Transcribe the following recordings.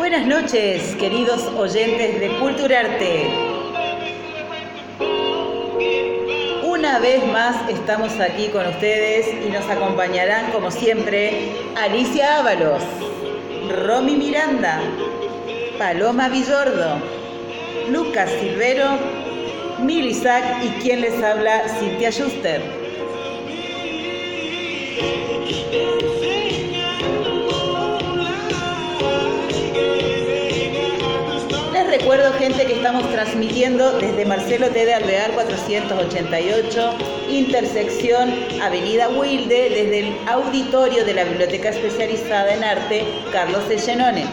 Buenas noches, queridos oyentes de Culturarte. Una vez más estamos aquí con ustedes y nos acompañarán, como siempre, Alicia Ábalos, Romy Miranda, Paloma Villordo, Lucas Silvero, Mil Isaac y quien les habla, Cintia Schuster. Les recuerdo, gente, que estamos transmitiendo desde Marcelo T. de Alvear 488, intersección Avenida Wilde, desde el auditorio de la Biblioteca Especializada en Arte Carlos de Llenone.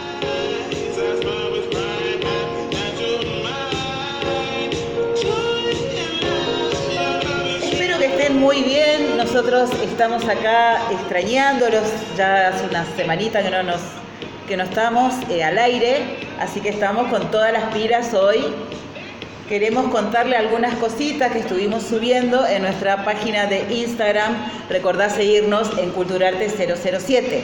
Espero que estén muy bien. Nosotros estamos acá extrañándolos, ya hace una semanita que no estamos al aire, así que estamos con todas las pilas hoy. Queremos contarle algunas cositas que estuvimos subiendo en nuestra página de Instagram. Recordá seguirnos en Culturarte 007.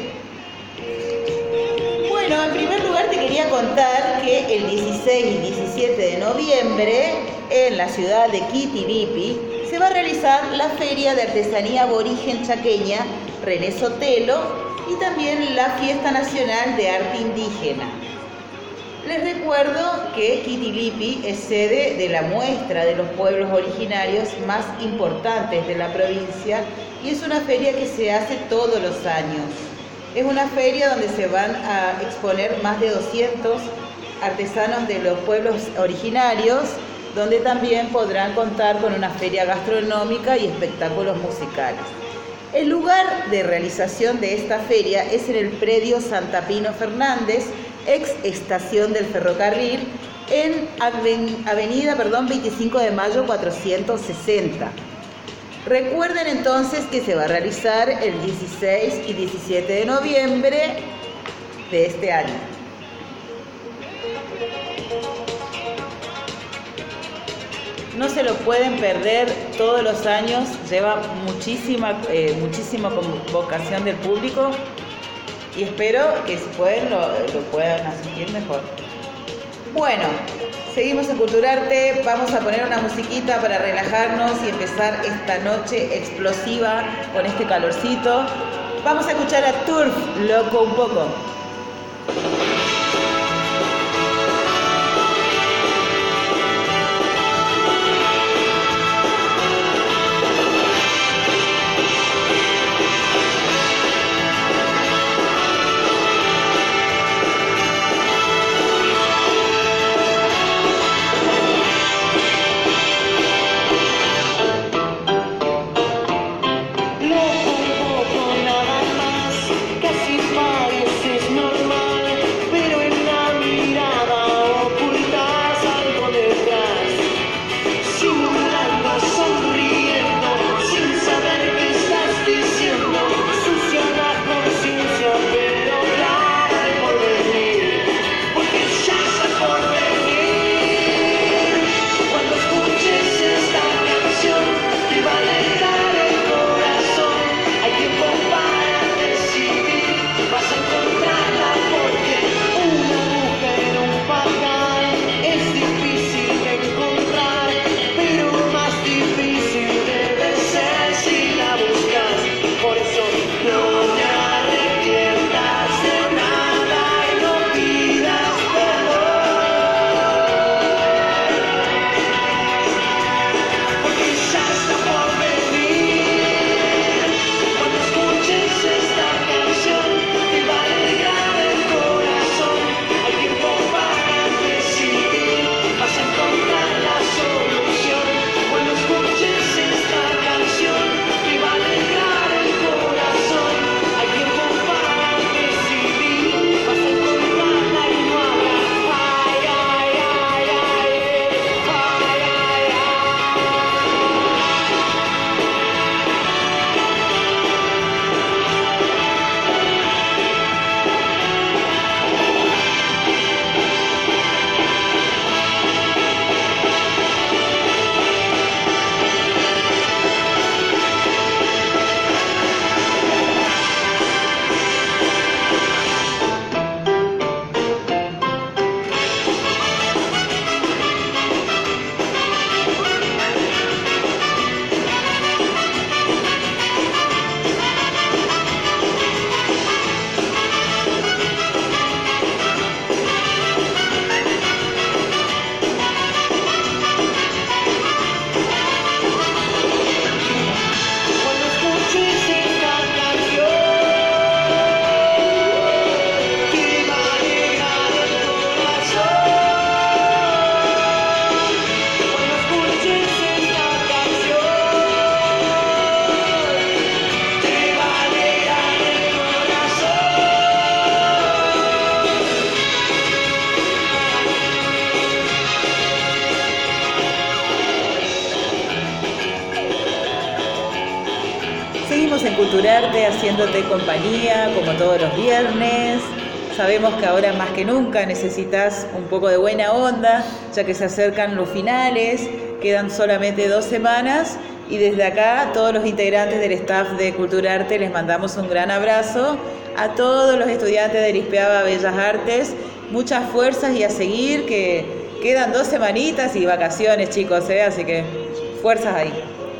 Bueno, en primer lugar te quería contar que el 16 y 17 de noviembre en la ciudad de Quitiripi se va a realizar la Feria de Artesanía Aborigen Chaqueña René Sotelo y también la Fiesta Nacional de Arte Indígena. Les recuerdo que Quitiripi es sede de la muestra de los pueblos originarios más importantes de la provincia y es una feria que se hace todos los años. Es una feria donde se van a exponer más de 200 artesanos de los pueblos originarios, donde también podrán contar con una feria gastronómica y espectáculos musicales. El lugar de realización de esta feria es en el predio Santa Pino Fernández, ex estación del ferrocarril, en avenida 25 de mayo 460. Recuerden entonces que se va a realizar el 16 y 17 de noviembre de este año. No se lo pueden perder, todos los años, lleva muchísima convocación del público y espero que si pueden lo puedan asistir mejor. Bueno, seguimos en Culturarte, vamos a poner una musiquita para relajarnos y empezar esta noche explosiva con este calorcito. Vamos a escuchar a Turf, Loco un poco. Nada más, casi pareces normal, pero seguimos en Culturarte haciéndote compañía como todos los viernes. Sabemos que ahora más que nunca necesitas un poco de buena onda, ya que se acercan los finales, quedan solamente 2 semanas y desde acá todos los integrantes del staff de Culturarte les mandamos un gran abrazo a todos los estudiantes del ISPEABA Bellas Artes. Muchas fuerzas y a seguir, que quedan 2 semanitas y vacaciones, chicos, así que fuerzas ahí.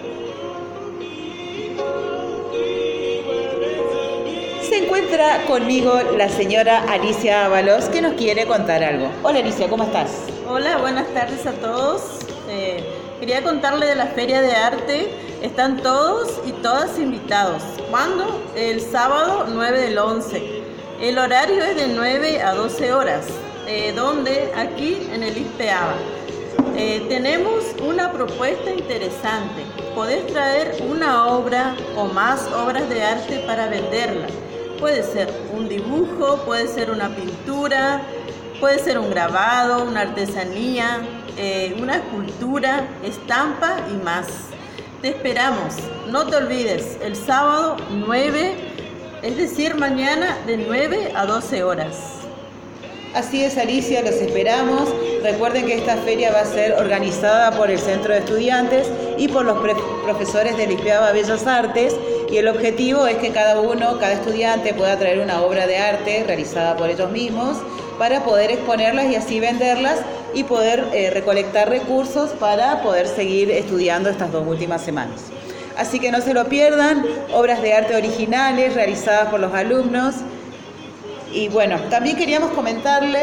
Se encuentra conmigo la señora Alicia Ábalos, que nos quiere contar algo. Hola Alicia, ¿cómo estás? Hola, buenas tardes a todos. Quería contarle de la Feria de Arte. Están todos y todas invitados. ¿Cuándo? El sábado 9 del 11. El horario es de 9 a 12 horas. ¿Dónde? Aquí en el ISPEABA. Tenemos una propuesta interesante. Podés traer una obra o más obras de arte para venderla. Puede ser un dibujo, puede ser una pintura, puede ser un grabado, una artesanía, una escultura, estampa y más. Te esperamos, no te olvides, el sábado 9, es decir, mañana de 9 a 12 horas. Así es, Alicia, los esperamos. Recuerden que esta feria va a ser organizada por el Centro de Estudiantes y por los profesores del ISPEABA Bellas Artes, y el objetivo es que cada estudiante pueda traer una obra de arte realizada por ellos mismos para poder exponerlas y así venderlas y poder recolectar recursos para poder seguir estudiando estas 2 últimas semanas. Así que no se lo pierdan, obras de arte originales realizadas por los alumnos. Y bueno, también queríamos comentarle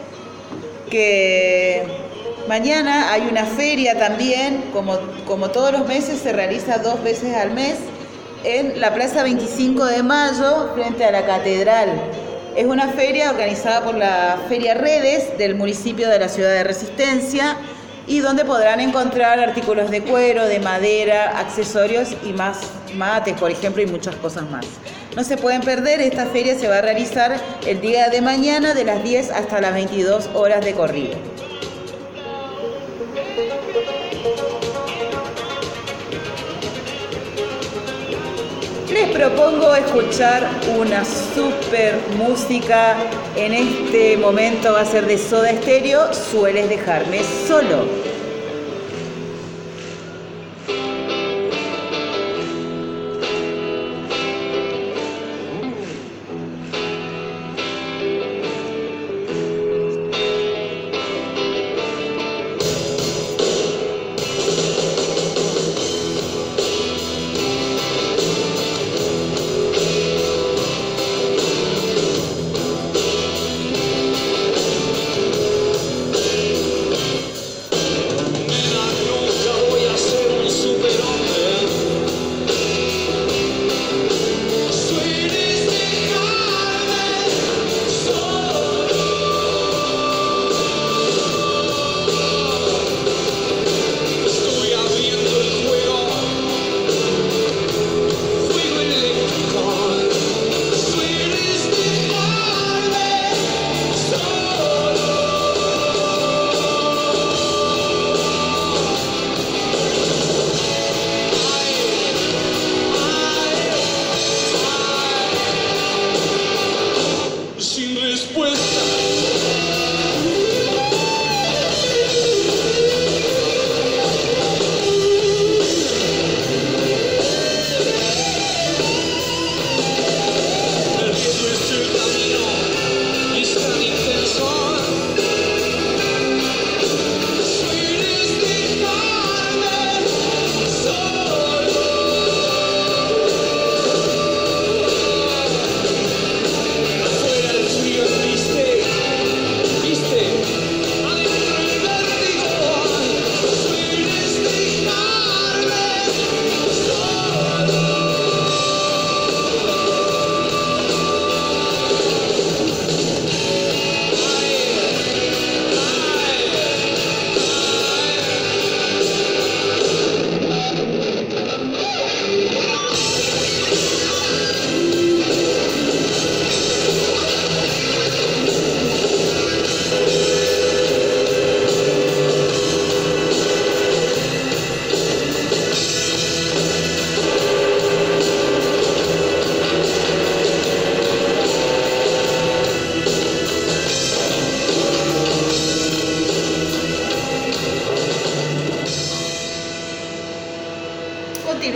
que mañana hay una feria también, como todos los meses se realiza 2 veces al mes, en la Plaza 25 de Mayo, frente a la Catedral. Es una feria organizada por la Feria Redes del municipio de la Ciudad de Resistencia, y donde podrán encontrar artículos de cuero, de madera, accesorios y más, mates, por ejemplo, y muchas cosas más. No se pueden perder, esta feria se va a realizar el día de mañana de las 10 hasta las 22 horas de corrido. Les propongo escuchar una super música. En este momento va a ser de Soda Stereo, Sueles dejarme solo.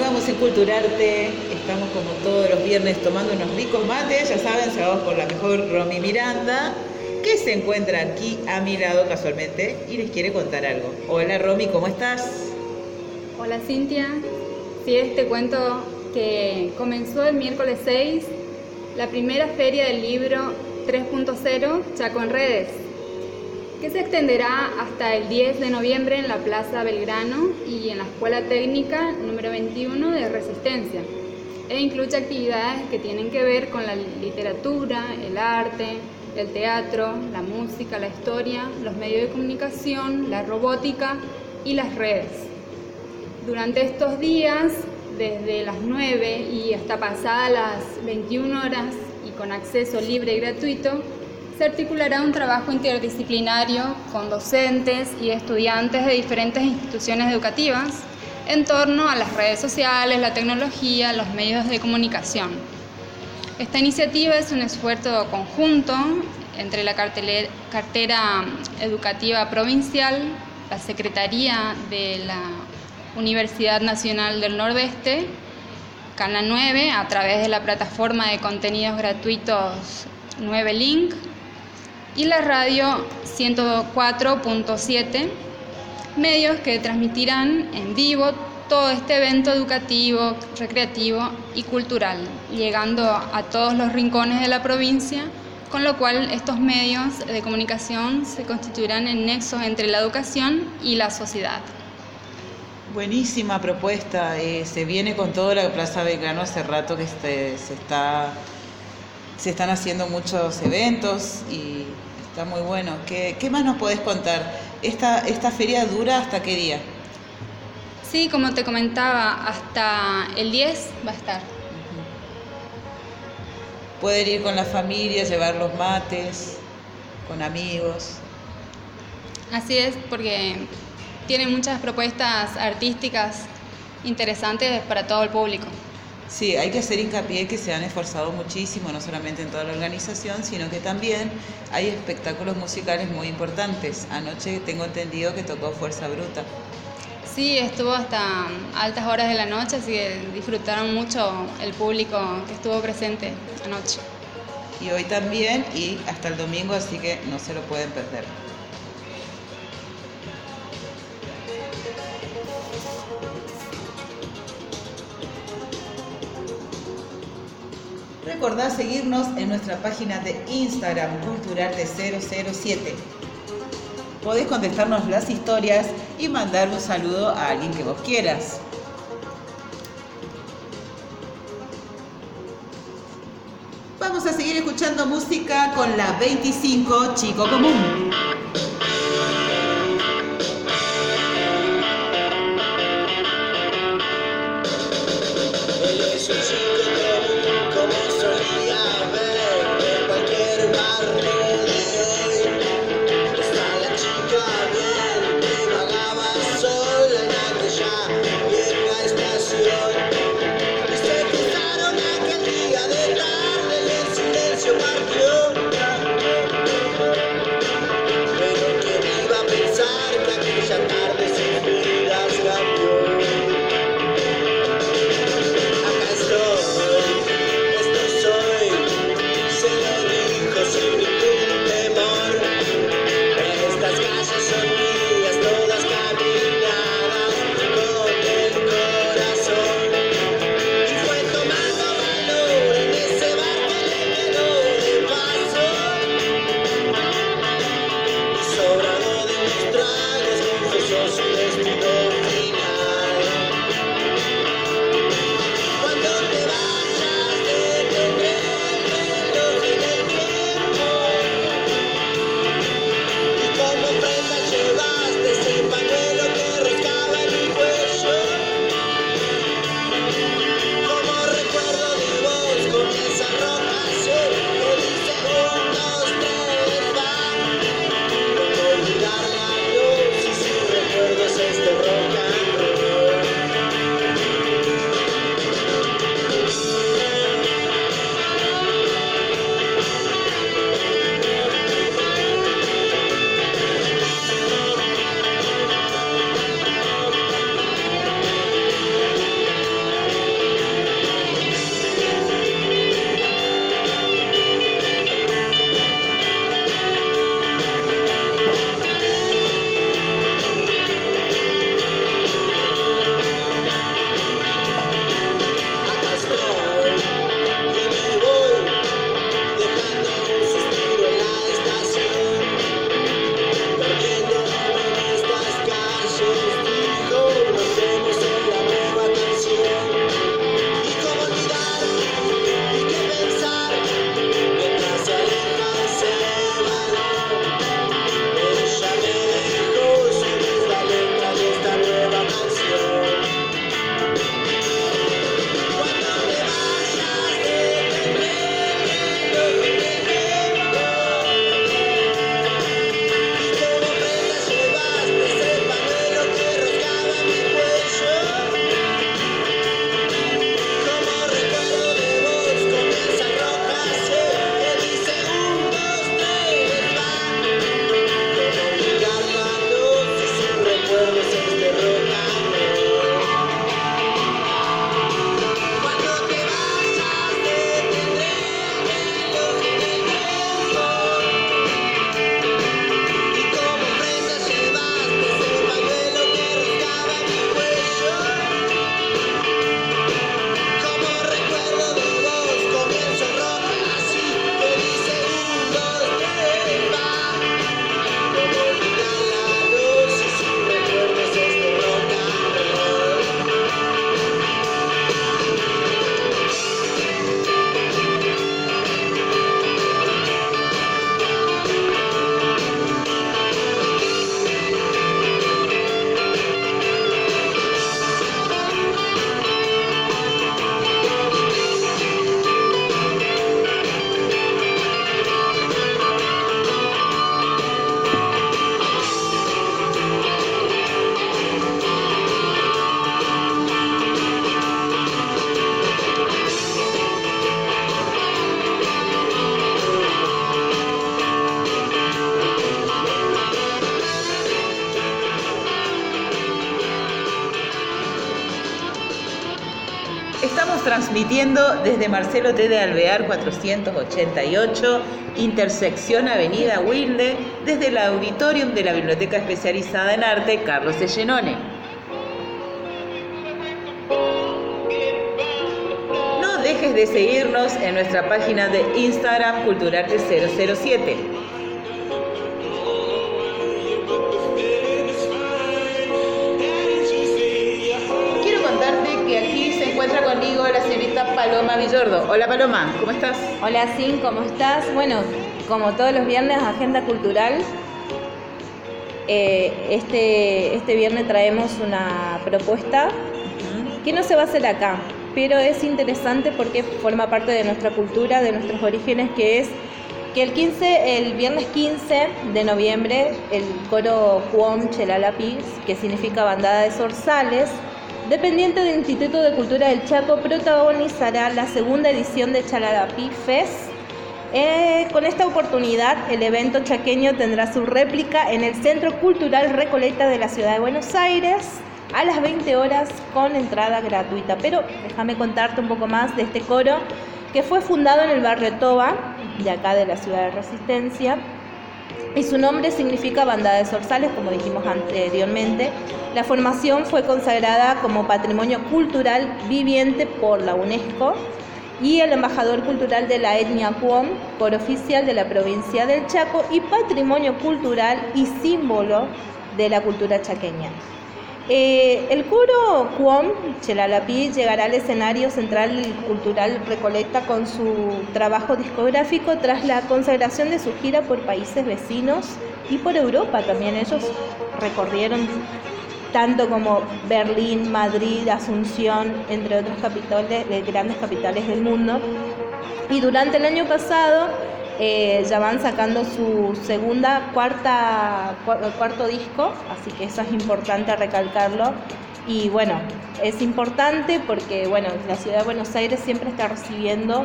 Continuamos en Culturarte, estamos como todos los viernes tomando unos ricos mates, ya saben, cerrados por la mejor Romy Miranda, que se encuentra aquí a mi lado casualmente y les quiere contar algo. Hola Romy, ¿cómo estás? Hola Cintia, sí, te cuento que comenzó el miércoles 6 la primera feria del libro 3.0 Chaco en Redes, que se extenderá hasta el 10 de noviembre en la Plaza Belgrano y en la Escuela Técnica número 21 de Resistencia, e incluye actividades que tienen que ver con la literatura, el arte, el teatro, la música, la historia, los medios de comunicación, la robótica y las redes. Durante estos días, desde las 9 y hasta pasadas las 21 horas y con acceso libre y gratuito, se articulará un trabajo interdisciplinario con docentes y estudiantes de diferentes instituciones educativas en torno a las redes sociales, la tecnología, los medios de comunicación. Esta iniciativa es un esfuerzo conjunto entre la cartera educativa provincial, la Secretaría de la Universidad Nacional del Nordeste, Canal 9, a través de la plataforma de contenidos gratuitos 9 Link, y la radio 104.7, medios que transmitirán en vivo todo este evento educativo, recreativo y cultural, llegando a todos los rincones de la provincia, con lo cual estos medios de comunicación se constituirán en nexos entre la educación y la sociedad. Buenísima propuesta, se viene con toda la Plaza Belgrano hace rato que se están haciendo muchos eventos y está muy bueno. ¿Qué más nos podés contar? ¿Esta feria dura hasta qué día? Sí, como te comentaba, hasta el 10 va a estar. Poder ir con la familia, llevar los mates, con amigos. Así es, porque tiene muchas propuestas artísticas interesantes para todo el público. Sí, hay que hacer hincapié que se han esforzado muchísimo, no solamente en toda la organización, sino que también hay espectáculos musicales muy importantes. Anoche tengo entendido que tocó Fuerza Bruta. Sí, estuvo hasta altas horas de la noche, así que disfrutaron mucho el público que estuvo presente anoche. Y hoy también, y hasta el domingo, así que no se lo pueden perder. Recordá seguirnos en nuestra página de Instagram, Culturarte007. Podés contestarnos las historias y mandar un saludo a alguien que vos quieras. Vamos a seguir escuchando música con la 25 Chico Común. Acá estoy. Estamos transmitiendo desde Marcelo T. de Alvear 488, intersección Avenida Wilde, desde el auditorium de la Biblioteca Especializada en Arte Carlos de Llenone. No dejes de seguirnos en nuestra página de Instagram Culturarte 007. Encuentra conmigo la señorita Paloma Villordo. Hola Paloma, ¿cómo estás? Hola Sin, ¿cómo estás? Bueno, como todos los viernes, agenda cultural. Este viernes traemos una propuesta que no se va a hacer acá, pero es interesante porque forma parte de nuestra cultura, de nuestros orígenes, que es que el viernes 15 de noviembre, el coro Cuom Chelalapis, que significa bandada de zorzales, dependiente del Instituto de Cultura del Chaco, protagonizará la segunda edición de Chalalapí Fest. Con esta oportunidad, el evento chaqueño tendrá su réplica en el Centro Cultural Recoleta de la Ciudad de Buenos Aires a las 20 horas con entrada gratuita. Pero déjame contarte un poco más de este coro que fue fundado en el barrio Toba, de acá de la ciudad de Resistencia. Y su nombre significa bandada de zorzales, como dijimos anteriormente. La formación fue consagrada como Patrimonio Cultural Viviente por la UNESCO y el embajador cultural de la etnia Cuom, coro oficial de la provincia del Chaco y patrimonio cultural y símbolo de la cultura chaqueña. El coro Cuom Chelalapí llegará al escenario central cultural Recoleta con su trabajo discográfico tras la consagración de su gira por países vecinos y por Europa. También ellos recorrieron tanto como Berlín, Madrid, Asunción, entre otras grandes capitales del mundo. Y durante el año pasado ya van sacando su cuarto disco, así que eso es importante recalcarlo. Y bueno, es importante porque la ciudad de Buenos Aires siempre está recibiendo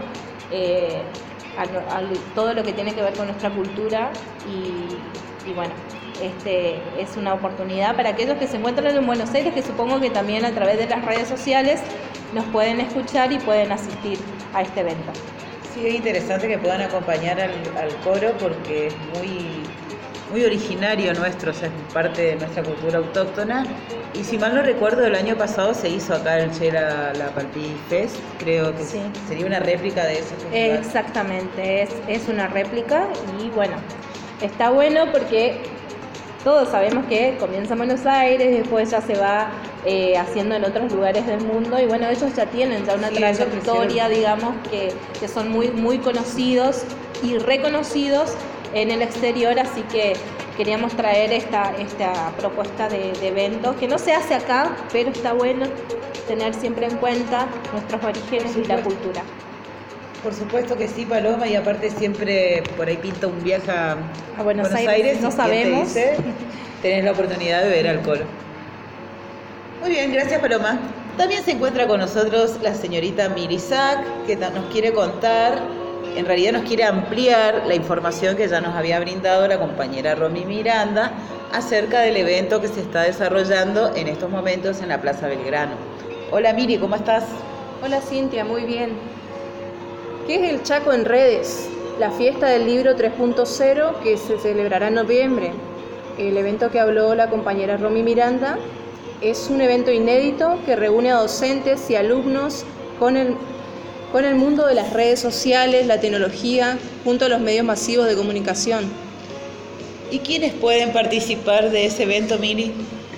todo lo que tiene que ver con nuestra cultura y bueno, es una oportunidad para aquellos que se encuentran en Buenos Aires, que supongo que también a través de las redes sociales nos pueden escuchar y pueden asistir a este evento. Sí, es interesante que puedan acompañar al coro porque es muy originario nuestro, o sea, es parte de nuestra cultura autóctona. Y si mal no recuerdo, el año pasado se hizo acá en Chelalapí Fest, creo que sí. Sería una réplica de ese festival. Exactamente, es una réplica y bueno, está bueno porque todos sabemos que comienza en Buenos Aires, después ya se va haciendo en otros lugares del mundo y bueno, ellos ya tienen una trayectoria, digamos, que son muy conocidos y reconocidos en el exterior, así que queríamos traer esta propuesta de evento que no se hace acá, pero está bueno tener siempre en cuenta nuestros orígenes y la cultura. Por supuesto que sí, Paloma, y aparte siempre por ahí pinta un viaje a Buenos Aires, no sabemos. Tenés la oportunidad de ver al coro. Muy bien, gracias Paloma. También se encuentra con nosotros la señorita Mirisac, que nos quiere contar, en realidad nos quiere ampliar la información que ya nos había brindado la compañera Romy Miranda acerca del evento que se está desarrollando en estos momentos en la Plaza Belgrano. Hola Miri, ¿cómo estás? Hola Cintia, muy bien. ¿Qué es el Chaco en Redes? La fiesta del libro 3.0 que se celebrará en noviembre. El evento que habló la compañera Romy Miranda es un evento inédito que reúne a docentes y alumnos con el mundo de las redes sociales, la tecnología, junto a los medios masivos de comunicación. ¿Y quiénes pueden participar de ese evento, Miri?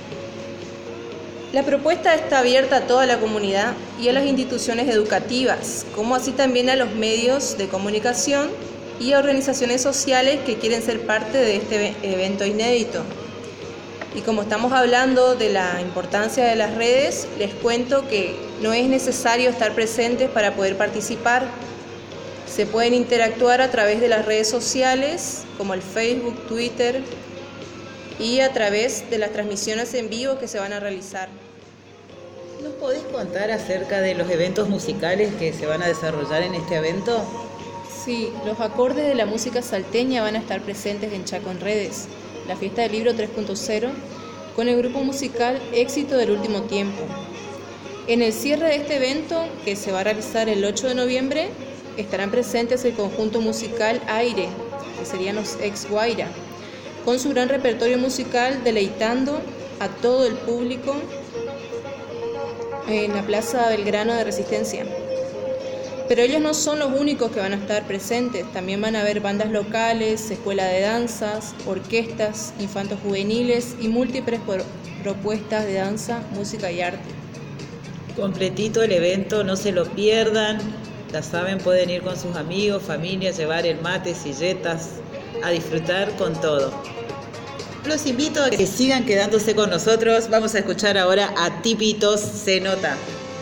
La propuesta está abierta a toda la comunidad y a las instituciones educativas, como así también a los medios de comunicación y a organizaciones sociales que quieren ser parte de este evento inédito. Y como estamos hablando de la importancia de las redes, les cuento que no es necesario estar presentes para poder participar. Se pueden interactuar a través de las redes sociales, como el Facebook, Twitter, y a través de las transmisiones en vivo que se van a realizar. ¿Nos podés contar acerca de los eventos musicales que se van a desarrollar en este evento? Sí, los acordes de la música salteña van a estar presentes en Chaco en Redes, la fiesta del libro 3.0, con el grupo musical Éxito del Último Tiempo. En el cierre de este evento, que se va a realizar el 8 de noviembre, estarán presentes el conjunto musical Aire, que serían los ex Guaira, con su gran repertorio musical deleitando a todo el público en la Plaza Belgrano de Resistencia. Pero ellos no son los únicos que van a estar presentes, también van a haber bandas locales, escuela de danzas, orquestas, infantos juveniles y múltiples propuestas de danza, música y arte. Completito el evento, no se lo pierdan, ya saben, pueden ir con sus amigos, familia, llevar el mate, silletas, a disfrutar con todo. Los invito a que sigan quedándose con nosotros, vamos a escuchar ahora a Tipitos Se Nota.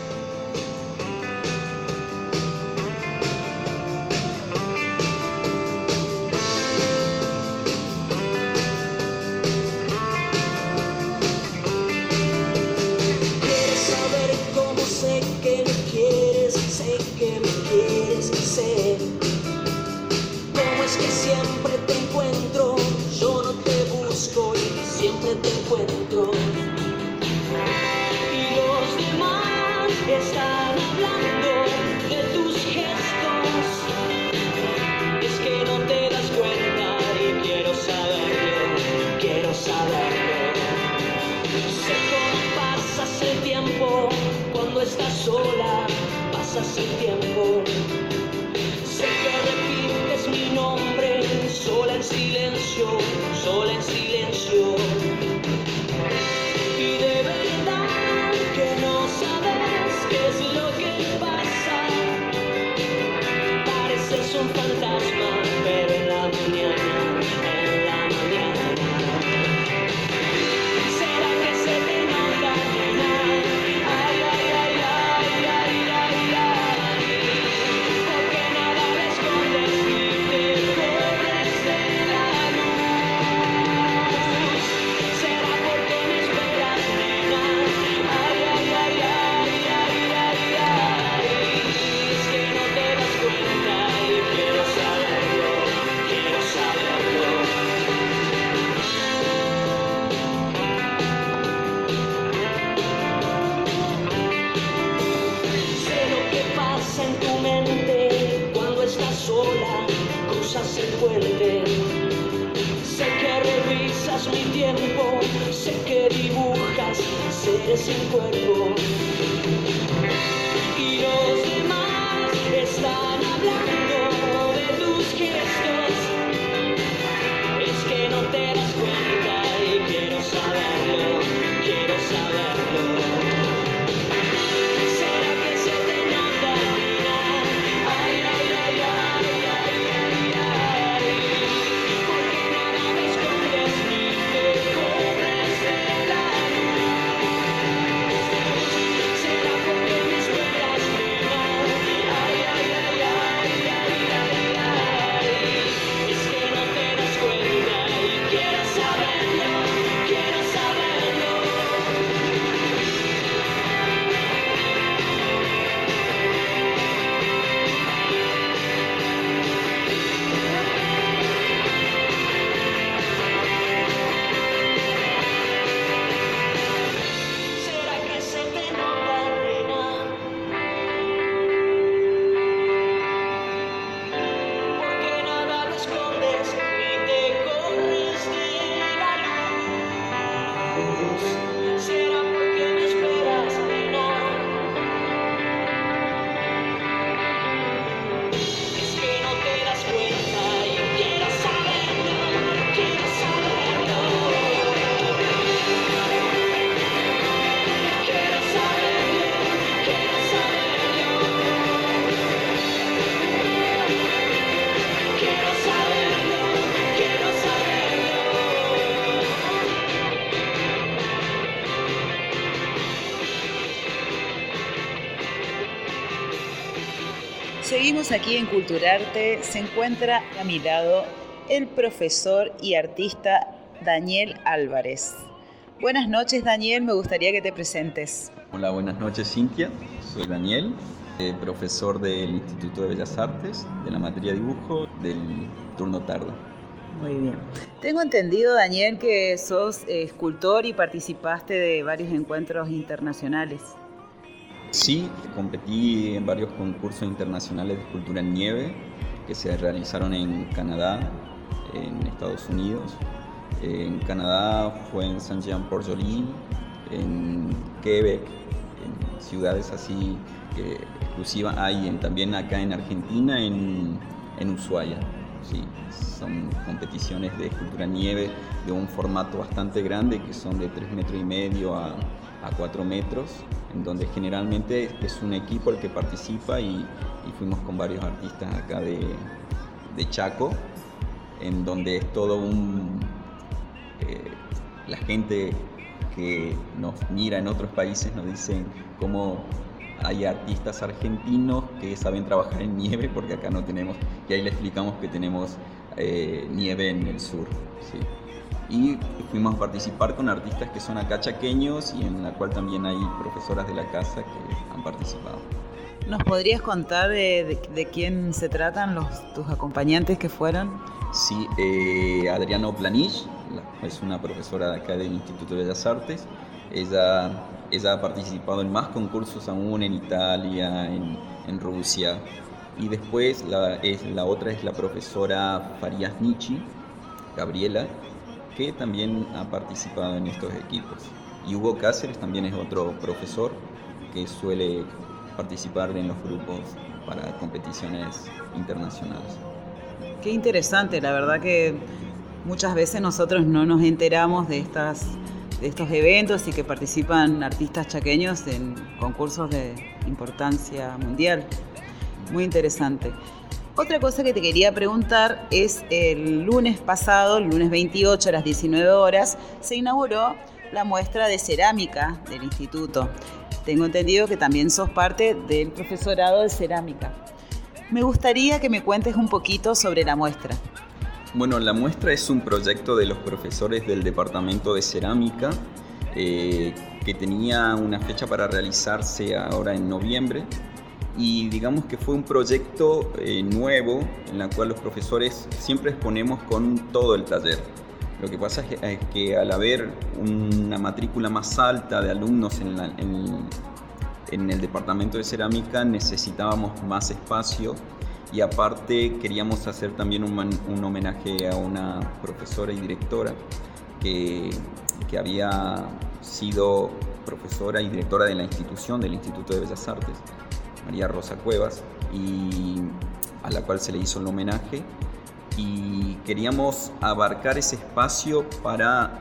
Seguimos aquí en Culturarte. Se encuentra a mi lado el profesor y artista Daniel Álvarez. Buenas noches, Daniel, me gustaría que te presentes. Hola, buenas noches, Cintia. Soy Daniel, profesor del Instituto de Bellas Artes, de la materia dibujo, del turno tarde. Muy bien. Tengo entendido, Daniel, que sos escultor y participaste de varios encuentros internacionales. Sí, competí en varios concursos internacionales de escultura en nieve que se realizaron en Canadá, en Estados Unidos. En Canadá fue en Saint-Jean-Port-Joli, en Quebec, en ciudades así exclusivas. Hay también acá en Argentina, en Ushuaia. Sí, son competiciones de escultura en nieve de un formato bastante grande, que son de 3,5 metros a 4 metros, en donde generalmente es un equipo el que participa y fuimos con varios artistas acá de Chaco, en donde es todo la gente que nos mira en otros países nos dicen cómo hay artistas argentinos que saben trabajar en nieve, porque acá no tenemos, y ahí le explicamos que tenemos nieve en el sur. ¿Sí? Y fuimos a participar con artistas que son acá chaqueños y en la cual también hay profesoras de la casa que han participado. ¿Nos podrías contar de quién se tratan tus acompañantes que fueron? Sí, Adriana Planich es una profesora de acá del Instituto de Bellas Artes. Ella ha participado en más concursos aún, en Italia, en Rusia. Y después la otra es la profesora Farías Nichi, Gabriela, que también ha participado en estos equipos. Y Hugo Cáceres también es otro profesor que suele participar en los grupos para competiciones internacionales. Qué interesante, la verdad que muchas veces nosotros no nos enteramos de estos eventos y que participan artistas chaqueños en concursos de importancia mundial. Muy interesante. Otra cosa que te quería preguntar es el lunes pasado, el lunes 28 a las 19 horas, se inauguró la muestra de cerámica del instituto. Tengo entendido que también sos parte del profesorado de cerámica. Me gustaría que me cuentes un poquito sobre la muestra. Bueno, la muestra es un proyecto de los profesores del departamento de cerámica que tenía una fecha para realizarse ahora en noviembre. Y digamos que fue un proyecto nuevo en el cual los profesores siempre exponemos con todo el taller. Lo que pasa es que al haber una matrícula más alta de alumnos en el departamento de cerámica necesitábamos más espacio y aparte queríamos hacer también un homenaje a una profesora y directora que había sido profesora y directora de la institución, del Instituto de Bellas Artes, María Rosa Cuevas, y a la cual se le hizo el homenaje, y queríamos abarcar ese espacio para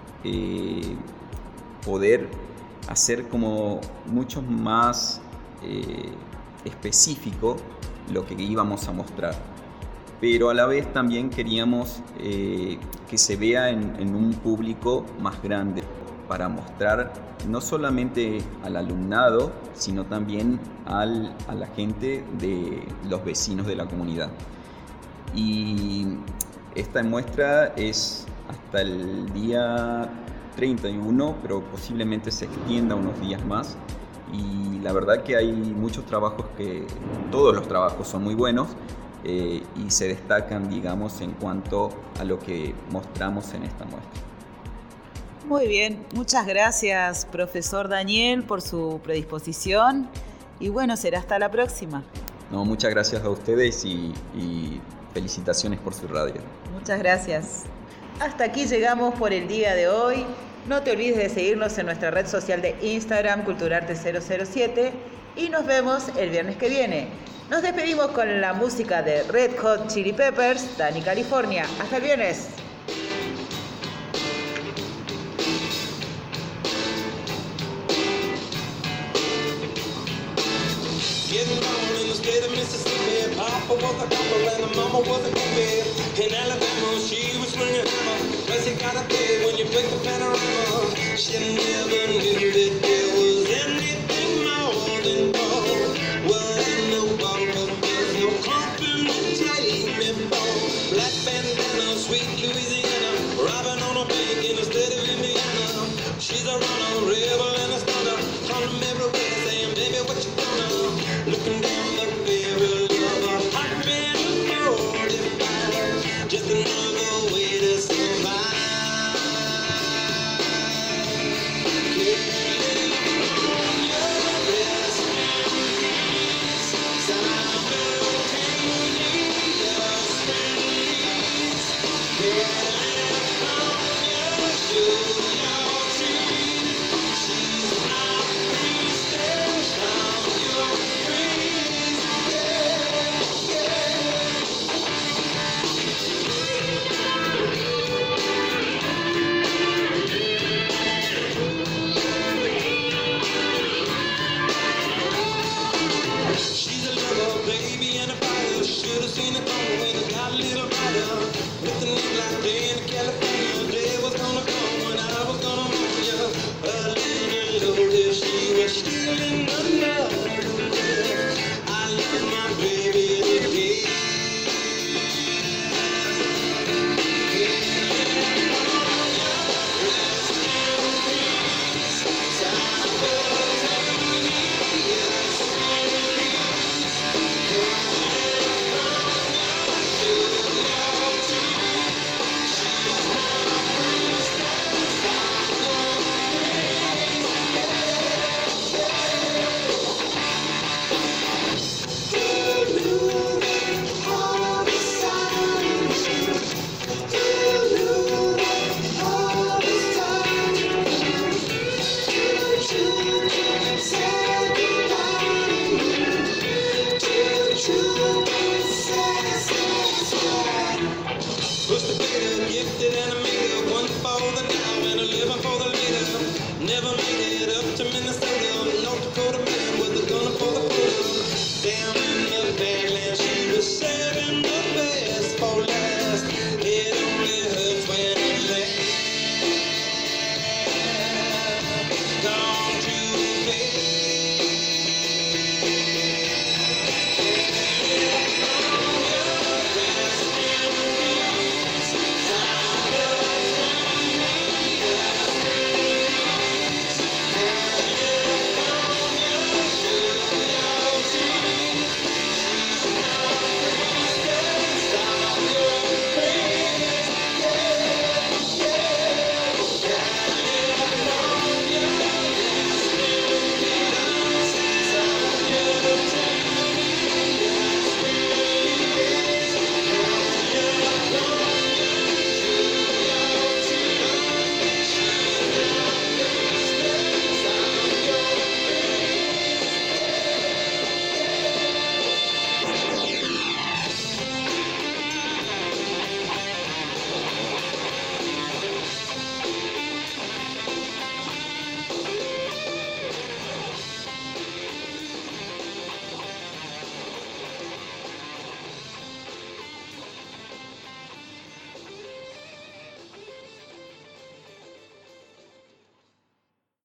poder hacer como mucho más específico lo que íbamos a mostrar, pero a la vez también queríamos que se vea en un público más grande, para mostrar no solamente al alumnado, sino también a la gente de los vecinos de la comunidad. Y esta muestra es hasta el día 31, pero posiblemente se extienda unos días más. Y la verdad que hay muchos trabajos todos los trabajos son muy buenos y se destacan, digamos, en cuanto a lo que mostramos en esta muestra. Muy bien, muchas gracias, profesor Daniel, por su predisposición y bueno, será hasta la próxima. No, muchas gracias a ustedes y felicitaciones por su radio. Muchas gracias. Hasta aquí llegamos por el día de hoy. No te olvides de seguirnos en nuestra red social de Instagram, Culturarte007, y nos vemos el viernes que viene. Nos despedimos con la música de Red Hot Chili Peppers, Dani California. Hasta el viernes. Getting born in the state of Mississippi. Papa was a copper and mama was a hippie. In Alabama, she was swinging hammer. Price you gotta pay when you pick the panorama. She never knew that there was anything more than gold. Well, ain't no bubble, there's no coffin to take me for. Black bandana, sweet Louisiana. Robbing on a bank in the state of Indiana. She's a runner, rebel and a stunner. Calling everywhere, saying, baby, what you gonna? Looking down the barrel of a hot red 45, just another way to survive. Yeah. should have seen it coming when it got a little brighter. Nothing like day in California.